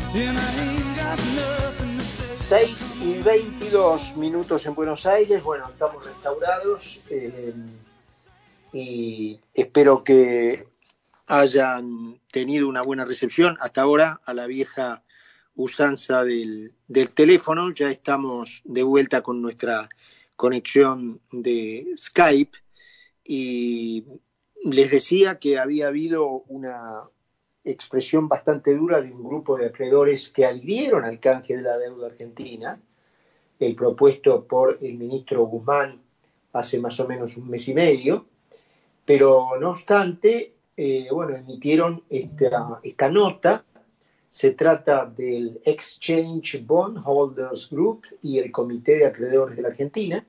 6:22 en Buenos Aires. Bueno, estamos restaurados y espero que hayan tenido una buena recepción hasta ahora a la vieja usanza del teléfono. Ya estamos de vuelta con nuestra conexión de Skype y les decía que había habido una expresión bastante dura de un grupo de acreedores que adhirieron al canje de la deuda argentina, el propuesto por el ministro Guzmán hace más o menos un mes y medio, pero no obstante, emitieron esta nota. Se trata del Exchange Bond Holders Group y el Comité de Acreedores de la Argentina,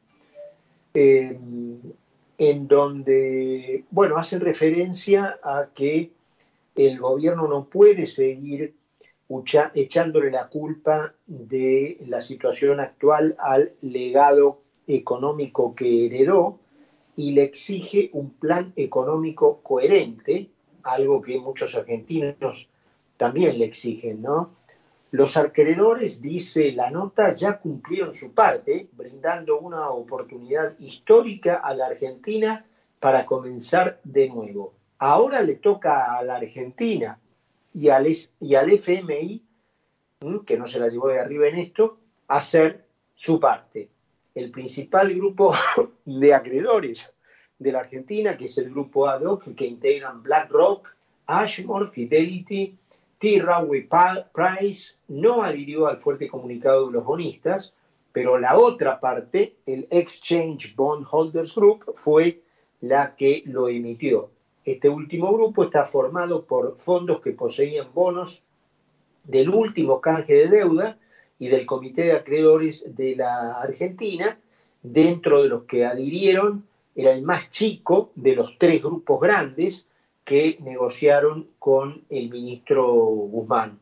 en donde, hacen referencia a que el gobierno no puede seguir echándole la culpa de la situación actual al legado económico que heredó y le exige un plan económico coherente, algo que muchos argentinos también le exigen, ¿no? Los acreedores, dice la nota, ya cumplieron su parte, brindando una oportunidad histórica a la Argentina para comenzar de nuevo. Ahora le toca a la Argentina y al FMI, que no se la llevó de arriba en esto, hacer su parte. El principal grupo de acreedores de la Argentina, que es el grupo ad hoc, que integran BlackRock, Ashmore, Fidelity, T. Rowe Price, no adhirió al fuerte comunicado de los bonistas, pero la otra parte, el Exchange Bond Holders Group, fue la que lo emitió. Este último grupo está formado por fondos que poseían bonos del último canje de deuda y del Comité de Acreedores de la Argentina. Dentro de los que adhirieron, era el más chico de los tres grupos grandes que negociaron con el ministro Guzmán.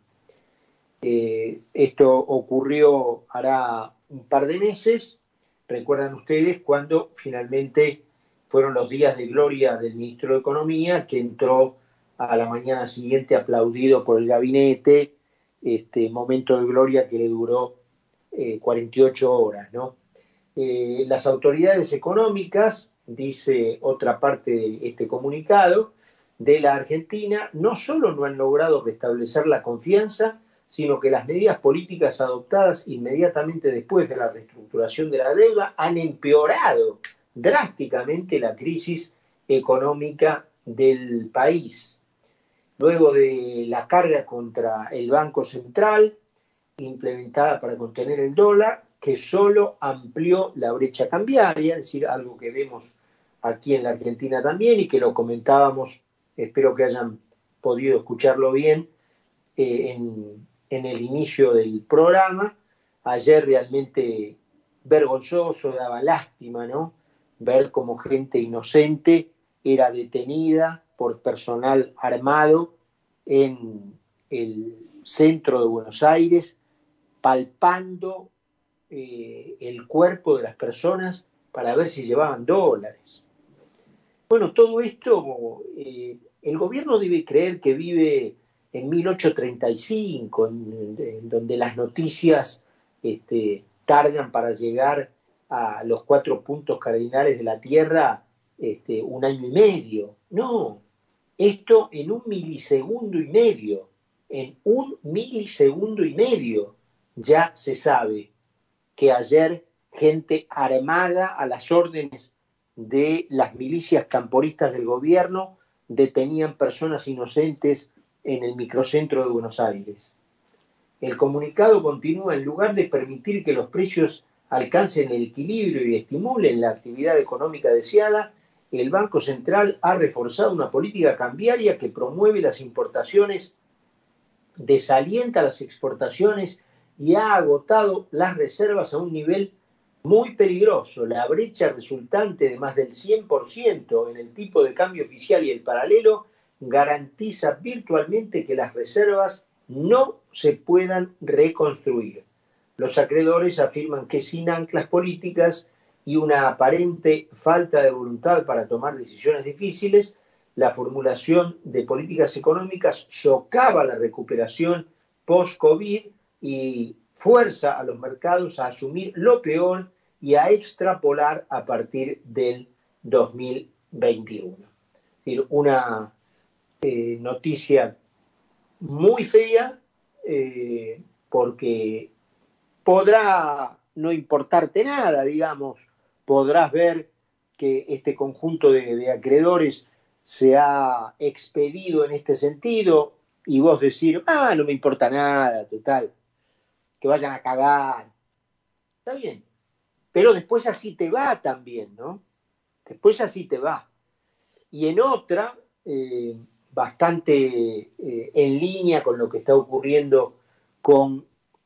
Esto ocurrió hará un par de meses. Recuerdan ustedes cuando finalmente fueron los días de gloria del ministro de Economía, que entró a la mañana siguiente aplaudido por el gabinete, momento de gloria que le duró 48 horas, ¿no? Las autoridades económicas, dice otra parte de este comunicado, de la Argentina, no solo no han logrado restablecer la confianza, sino que las medidas políticas adoptadas inmediatamente después de la reestructuración de la deuda han empeorado drásticamente la crisis económica del país. Luego de la carga contra el Banco Central, implementada para contener el dólar, que solo amplió la brecha cambiaria, es decir, algo que vemos aquí en la Argentina también y que lo comentábamos, espero que hayan podido escucharlo bien, en el inicio del programa. Ayer realmente vergonzoso, daba lástima, ¿no? Ver cómo gente inocente era detenida por personal armado en el centro de Buenos Aires, palpando el cuerpo de las personas para ver si llevaban dólares. Bueno, todo esto, el gobierno debe creer que vive en 1835, en donde las noticias tardan para llegar a los 4 puntos cardinales de la Tierra un año y medio. No, esto en un milisegundo y medio, ya se sabe que ayer gente armada a las órdenes de las milicias camporistas del gobierno detenían personas inocentes en el microcentro de Buenos Aires. El comunicado continúa: en lugar de permitir que los precios alcancen el equilibrio y estimulen la actividad económica deseada, el Banco Central ha reforzado una política cambiaria que promueve las importaciones, desalienta las exportaciones y ha agotado las reservas a un nivel muy peligroso. La brecha resultante de más del 100% en el tipo de cambio oficial y el paralelo garantiza virtualmente que las reservas no se puedan reconstruir. Los acreedores afirman que sin anclas políticas y una aparente falta de voluntad para tomar decisiones difíciles, la formulación de políticas económicas socava la recuperación post-COVID y fuerza a los mercados a asumir lo peor y a extrapolar a partir del 2021. Es decir, una noticia muy fea, porque podrá no importarte nada, digamos, podrás ver que este conjunto de acreedores se ha expedido en este sentido y vos decir, no me importa nada, total, que vayan a cagar. Está bien, pero después así te va también, ¿no? Después así te va. Y en otra, bastante en línea con lo que está ocurriendo con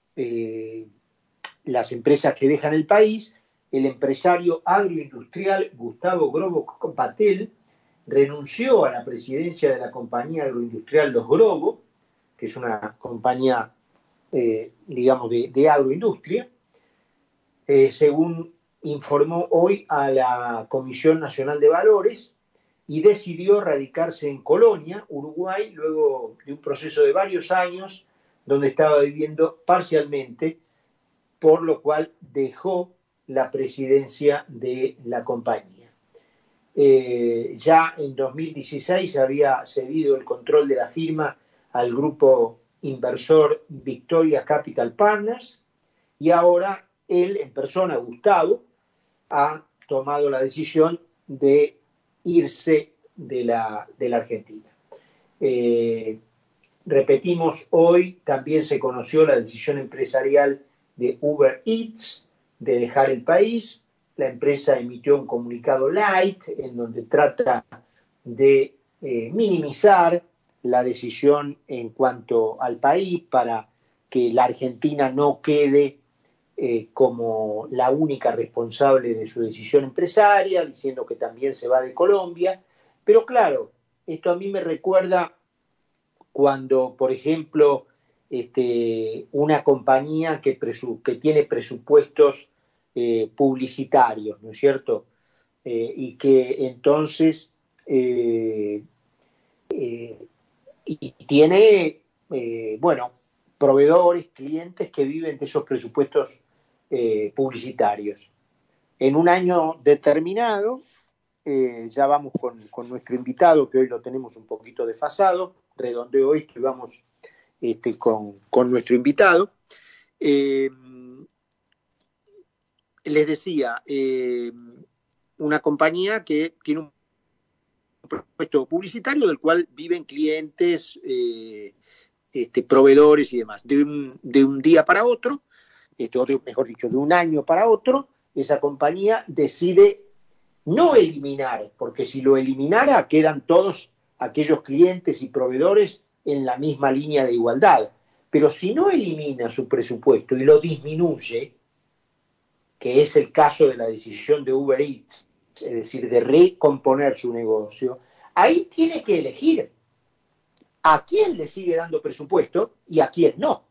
las empresas que dejan el país, el empresario agroindustrial Gustavo Grobo Patel renunció a la presidencia de la compañía agroindustrial Los Grobo, que es una compañía, digamos, de agroindustria, según informó hoy a la Comisión Nacional de Valores, y decidió radicarse en Colonia, Uruguay, luego de un proceso de varios años donde estaba viviendo parcialmente, por lo cual dejó la presidencia de la compañía. Ya en 2016 había cedido el control de la firma al grupo inversor Victoria Capital Partners, y ahora él, en persona, Gustavo, ha tomado la decisión de irse de la Argentina. Repetimos, hoy también se conoció la decisión empresarial de Uber Eats de dejar el país. La empresa emitió un comunicado light en donde trata de minimizar la decisión en cuanto al país para que la Argentina no quede como la única responsable de su decisión empresaria, diciendo que también se va de Colombia. Pero claro, esto a mí me recuerda cuando, por ejemplo, una compañía que tiene presupuestos publicitarios, ¿no es cierto? Y que entonces y tiene, proveedores, clientes que viven de esos presupuestos publicitarios. En un año determinado, ya vamos con nuestro invitado, que hoy lo tenemos un poquito desfasado, redondeo esto y vamos con nuestro invitado. Les decía, una compañía que tiene un presupuesto publicitario del cual viven clientes, proveedores y demás. De un día para otro, mejor dicho, de un año para otro, esa compañía decide no eliminar, porque si lo eliminara quedan todos aquellos clientes y proveedores en la misma línea de igualdad. Pero si no elimina su presupuesto y lo disminuye, que es el caso de la decisión de Uber Eats, es decir, de recomponer su negocio, ahí tiene que elegir a quién le sigue dando presupuesto y a quién no.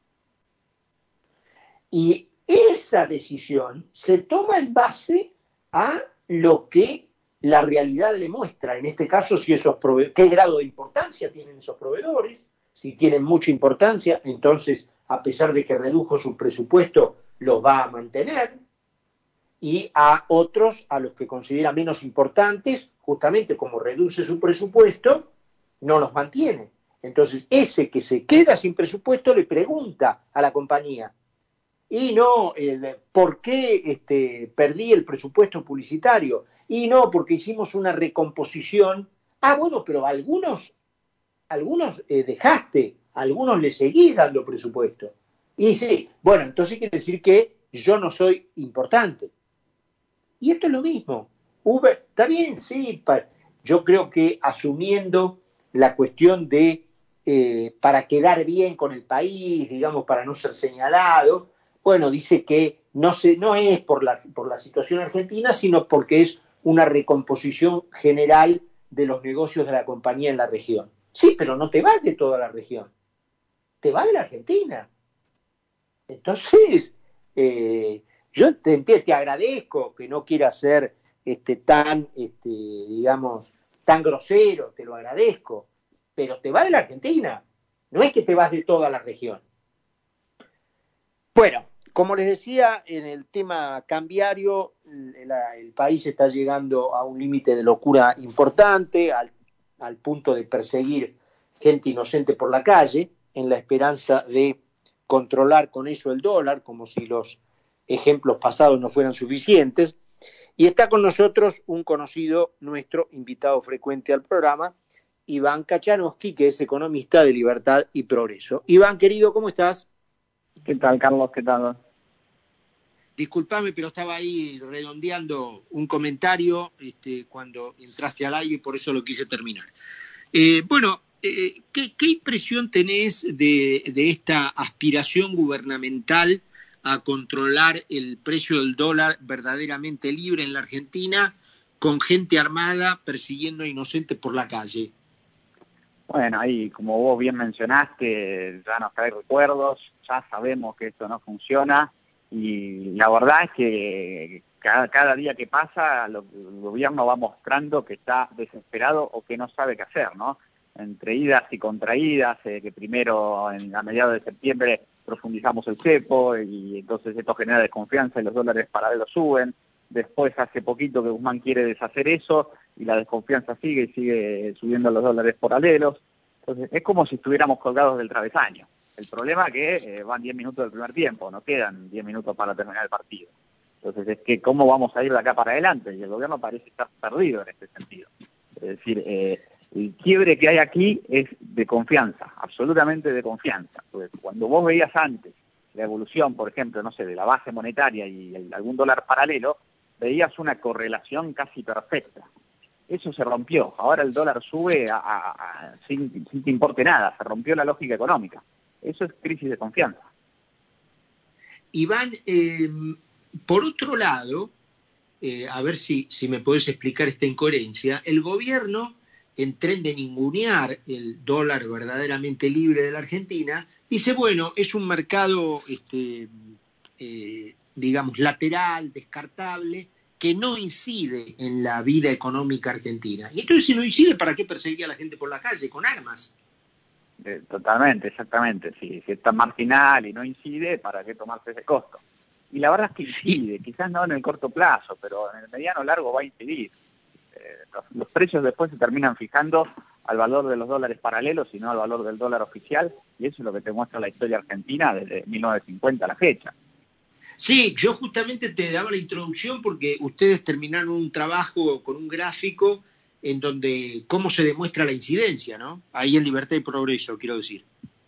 Y esa decisión se toma en base a lo que la realidad le muestra. En este caso, si qué grado de importancia tienen esos proveedores. Si tienen mucha importancia, entonces, a pesar de que redujo su presupuesto, los va a mantener. Y a otros, a los que considera menos importantes, justamente como reduce su presupuesto, no los mantiene. Entonces, ese que se queda sin presupuesto le pregunta a la compañía, y no, ¿por qué perdí el presupuesto publicitario? Y no, porque hicimos una recomposición. Bueno, pero algunos dejaste, algunos le seguís dando presupuesto. Y sí, bueno, entonces quiere decir que yo no soy importante. Y esto es lo mismo. Uber, está bien, sí, yo creo que asumiendo la cuestión de para quedar bien con el país, digamos, para no ser señalado, bueno, dice que no es por la situación argentina, sino porque es una recomposición general de los negocios de la compañía en la región. Sí, pero no te vas de toda la región, te vas de la Argentina. Entonces, yo te agradezco que no quieras ser tan, digamos, tan grosero, te lo agradezco, pero te vas de la Argentina, no es que te vas de toda la región. Bueno, como les decía, en el tema cambiario, el país está llegando a un límite de locura importante, al punto de perseguir gente inocente por la calle, en la esperanza de controlar con eso el dólar, como si los ejemplos pasados no fueran suficientes. Y está con nosotros un conocido nuestro, invitado frecuente al programa, Iván Kachanowski, que es economista de Libertad y Progreso. Iván, querido, ¿cómo estás? ¿Qué tal, Carlos? ¿Qué tal? Disculpame, pero estaba ahí redondeando un comentario cuando entraste al aire y por eso lo quise terminar. ¿Qué impresión tenés de esta aspiración gubernamental a controlar el precio del dólar verdaderamente libre en la Argentina, con gente armada persiguiendo a inocentes por la calle? Bueno, ahí, como vos bien mencionaste, ya nos trae recuerdos, ya sabemos que esto no funciona y la verdad es que cada día que pasa el gobierno va mostrando que está desesperado o que no sabe qué hacer, ¿no? Entre idas y contraídas, que primero a mediados de septiembre profundizamos el cepo y entonces esto genera desconfianza y los dólares paralelos suben. Después hace poquito que Guzmán quiere deshacer eso y la desconfianza sigue y sigue subiendo los dólares paralelos. Entonces es como si estuviéramos colgados del travesaño. El problema es que van 10 minutos del primer tiempo, no quedan 10 minutos para terminar el partido. Entonces es que cómo vamos a ir de acá para adelante, y el gobierno parece estar perdido en este sentido. Es decir, el quiebre que hay aquí es de confianza, absolutamente de confianza. Pues cuando vos veías antes la evolución, por ejemplo, no sé, de la base monetaria y algún dólar paralelo, veías una correlación casi perfecta. Eso se rompió. Ahora el dólar sube sin que importe nada. Se rompió la lógica económica. Eso es crisis de confianza. Iván, por otro lado, a ver si me podés explicar esta incoherencia, el gobierno, en tren de ningunear el dólar verdaderamente libre de la Argentina, dice, bueno, es un mercado, digamos, lateral, descartable, que no incide en la vida económica argentina. Y entonces, si no incide, ¿para qué perseguir a la gente por la calle con armas? Totalmente, exactamente. Si es tan marginal y no incide, ¿para qué tomarse ese costo? Y la verdad es que incide, quizás no en el corto plazo, pero en el mediano largo va a incidir. Los precios después se terminan fijando al valor de los dólares paralelos y no al valor del dólar oficial, y eso es lo que te muestra la historia argentina desde 1950 a la fecha. Sí, yo justamente te daba la introducción porque ustedes terminaron un trabajo con un gráfico en donde cómo se demuestra la incidencia, ¿no? Ahí en Libertad y Progreso, quiero decir.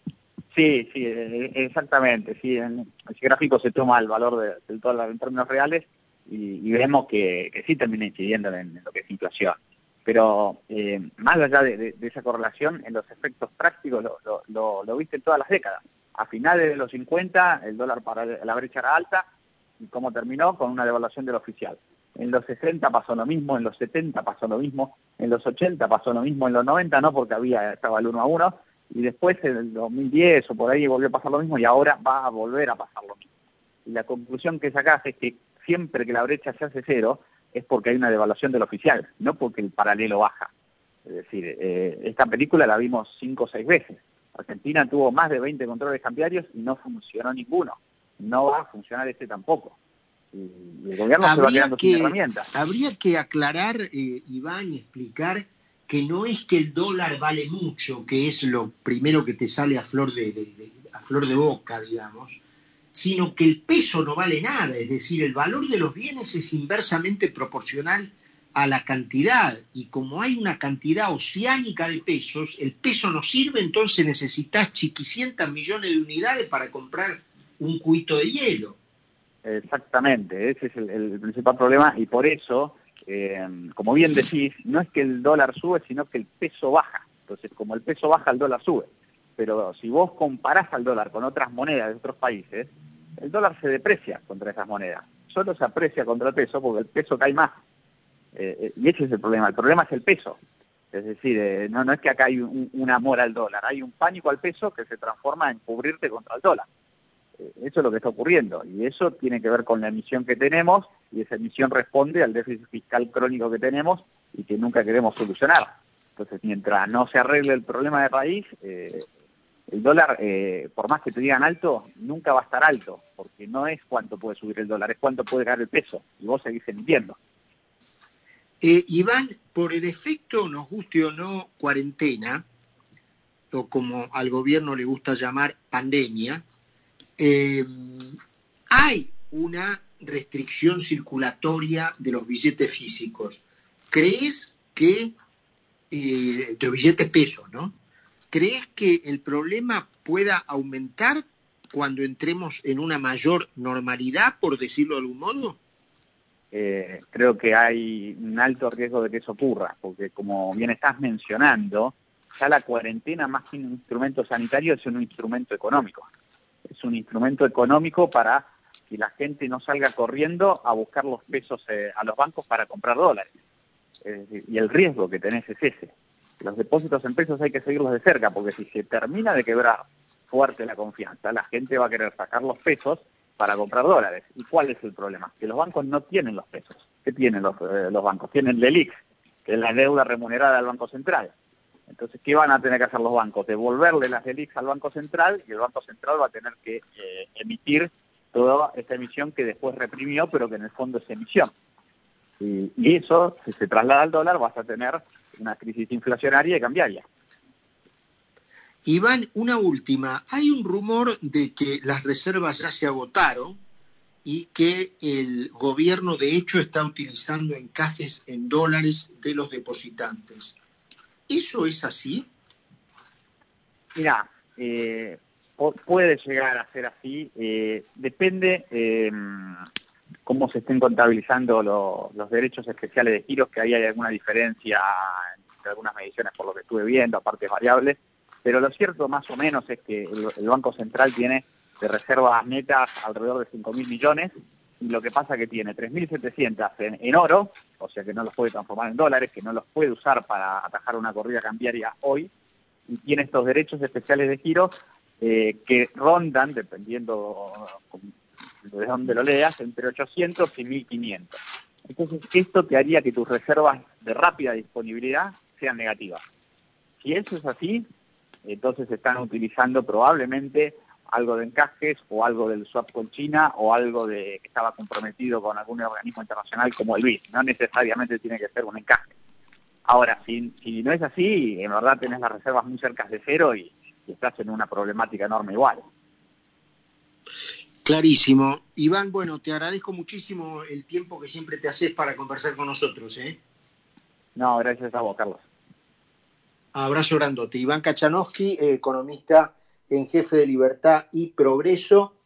Sí, exactamente. Sí, en ese gráfico se toma el valor del dólar en términos reales y vemos que sí termina incidiendo en lo que es inflación. Pero más allá de esa correlación, en los efectos prácticos lo viste en todas las décadas. A finales de los 50 el dólar para la brecha era alta y cómo terminó con una devaluación del oficial. En los 60 pasó lo mismo, en los 70 pasó lo mismo, en los 80 pasó lo mismo, en los 90 no porque estaba el 1-1, y después en el 2010 o por ahí volvió a pasar lo mismo y ahora va a volver a pasar lo mismo. Y la conclusión que sacás es que siempre que la brecha se hace cero es porque hay una devaluación del oficial, no porque el paralelo baja. Es decir, esta película la vimos 5 o 6 veces. Argentina tuvo más de 20 controles cambiarios y no funcionó ninguno. No va a funcionar este tampoco. Y el gobierno se va quedando sin herramientas. Habría que aclarar, Iván, y explicar que no es que el dólar vale mucho, que es lo primero que te sale a flor de boca, digamos, sino que el peso no vale nada, es decir, el valor de los bienes es inversamente proporcional a la cantidad, y como hay una cantidad oceánica de pesos, el peso no sirve, entonces necesitas chiquicientas millones de unidades para comprar un cubito de hielo. Exactamente, ese es el principal problema y por eso, como bien decís, no es que el dólar sube, sino que el peso baja. Entonces, como el peso baja, el dólar sube. Pero si vos comparás al dólar con otras monedas de otros países, el dólar se deprecia contra esas monedas. Solo se aprecia contra el peso porque el peso cae más. Y ese es el problema. El problema es el peso. Es decir, no es que acá hay un amor al dólar, hay un pánico al peso que se transforma en cubrirte contra el dólar. Eso es lo que está ocurriendo y eso tiene que ver con la emisión que tenemos y esa emisión responde al déficit fiscal crónico que tenemos y que nunca queremos solucionar. Entonces, mientras no se arregle el problema de raíz, El dólar, por más que te digan alto, nunca va a estar alto, porque no es cuánto puede subir el dólar, es cuánto puede caer el peso, y vos seguís emitiendo. Iván, por el efecto, nos guste o no, cuarentena, o como al gobierno le gusta llamar pandemia, hay una restricción circulatoria de los billetes físicos. ¿Crees que, de los billetes pesos, ¿no? ¿Crees que el problema pueda aumentar cuando entremos en una mayor normalidad, por decirlo de algún modo? Creo que hay un alto riesgo de que eso ocurra, porque como bien estás mencionando, ya la cuarentena más que un instrumento sanitario es un instrumento económico. Es un instrumento económico para que la gente no salga corriendo a buscar los pesos a los bancos para comprar dólares. Y el riesgo que tenés es ese. Los depósitos en pesos hay que seguirlos de cerca, porque si se termina de quebrar fuerte la confianza, la gente va a querer sacar los pesos para comprar dólares. ¿Y cuál es el problema? Que los bancos no tienen los pesos. ¿Qué tienen los bancos? Tienen LELIQ, que es la deuda remunerada del Banco Central. Entonces, ¿qué van a tener que hacer los bancos? Devolverle las LELIQ al Banco Central, y el Banco Central va a tener que emitir toda esta emisión que después reprimió, pero que en el fondo es emisión. Y eso, si se traslada al dólar, vas a tener una crisis inflacionaria y cambiaria. Iván, una última. Hay un rumor de que las reservas ya se agotaron y que el gobierno de hecho está utilizando encajes en dólares de los depositantes. ¿Eso es así? Mirá, puede llegar a ser así. Depende cómo se estén contabilizando los derechos especiales de giros, que ahí hay alguna diferencia entre algunas mediciones por lo que estuve viendo, aparte variables. Pero lo cierto más o menos es que el Banco Central tiene de reservas netas alrededor de 5.000 millones, y lo que pasa es que tiene 3.700 en oro, o sea que no los puede transformar en dólares, que no los puede usar para atajar una corrida cambiaria hoy, y tiene estos derechos especiales de giro que rondan, dependiendo de dónde lo leas, entre 800 y 1.500. Entonces esto te haría que tus reservas de rápida disponibilidad sean negativas. Si eso es así, entonces están utilizando probablemente algo de encajes o algo del swap con China o algo que estaba comprometido con algún organismo internacional como el BID. No necesariamente tiene que ser un encaje. Ahora, si no es así, en verdad tenés las reservas muy cerca de cero y estás en una problemática enorme igual. Clarísimo. Iván, bueno, te agradezco muchísimo el tiempo que siempre te haces para conversar con nosotros. No, gracias a vos, Carlos. Abrazo grandote. Iván Kachanowski, economista en jefe de Libertad y Progreso.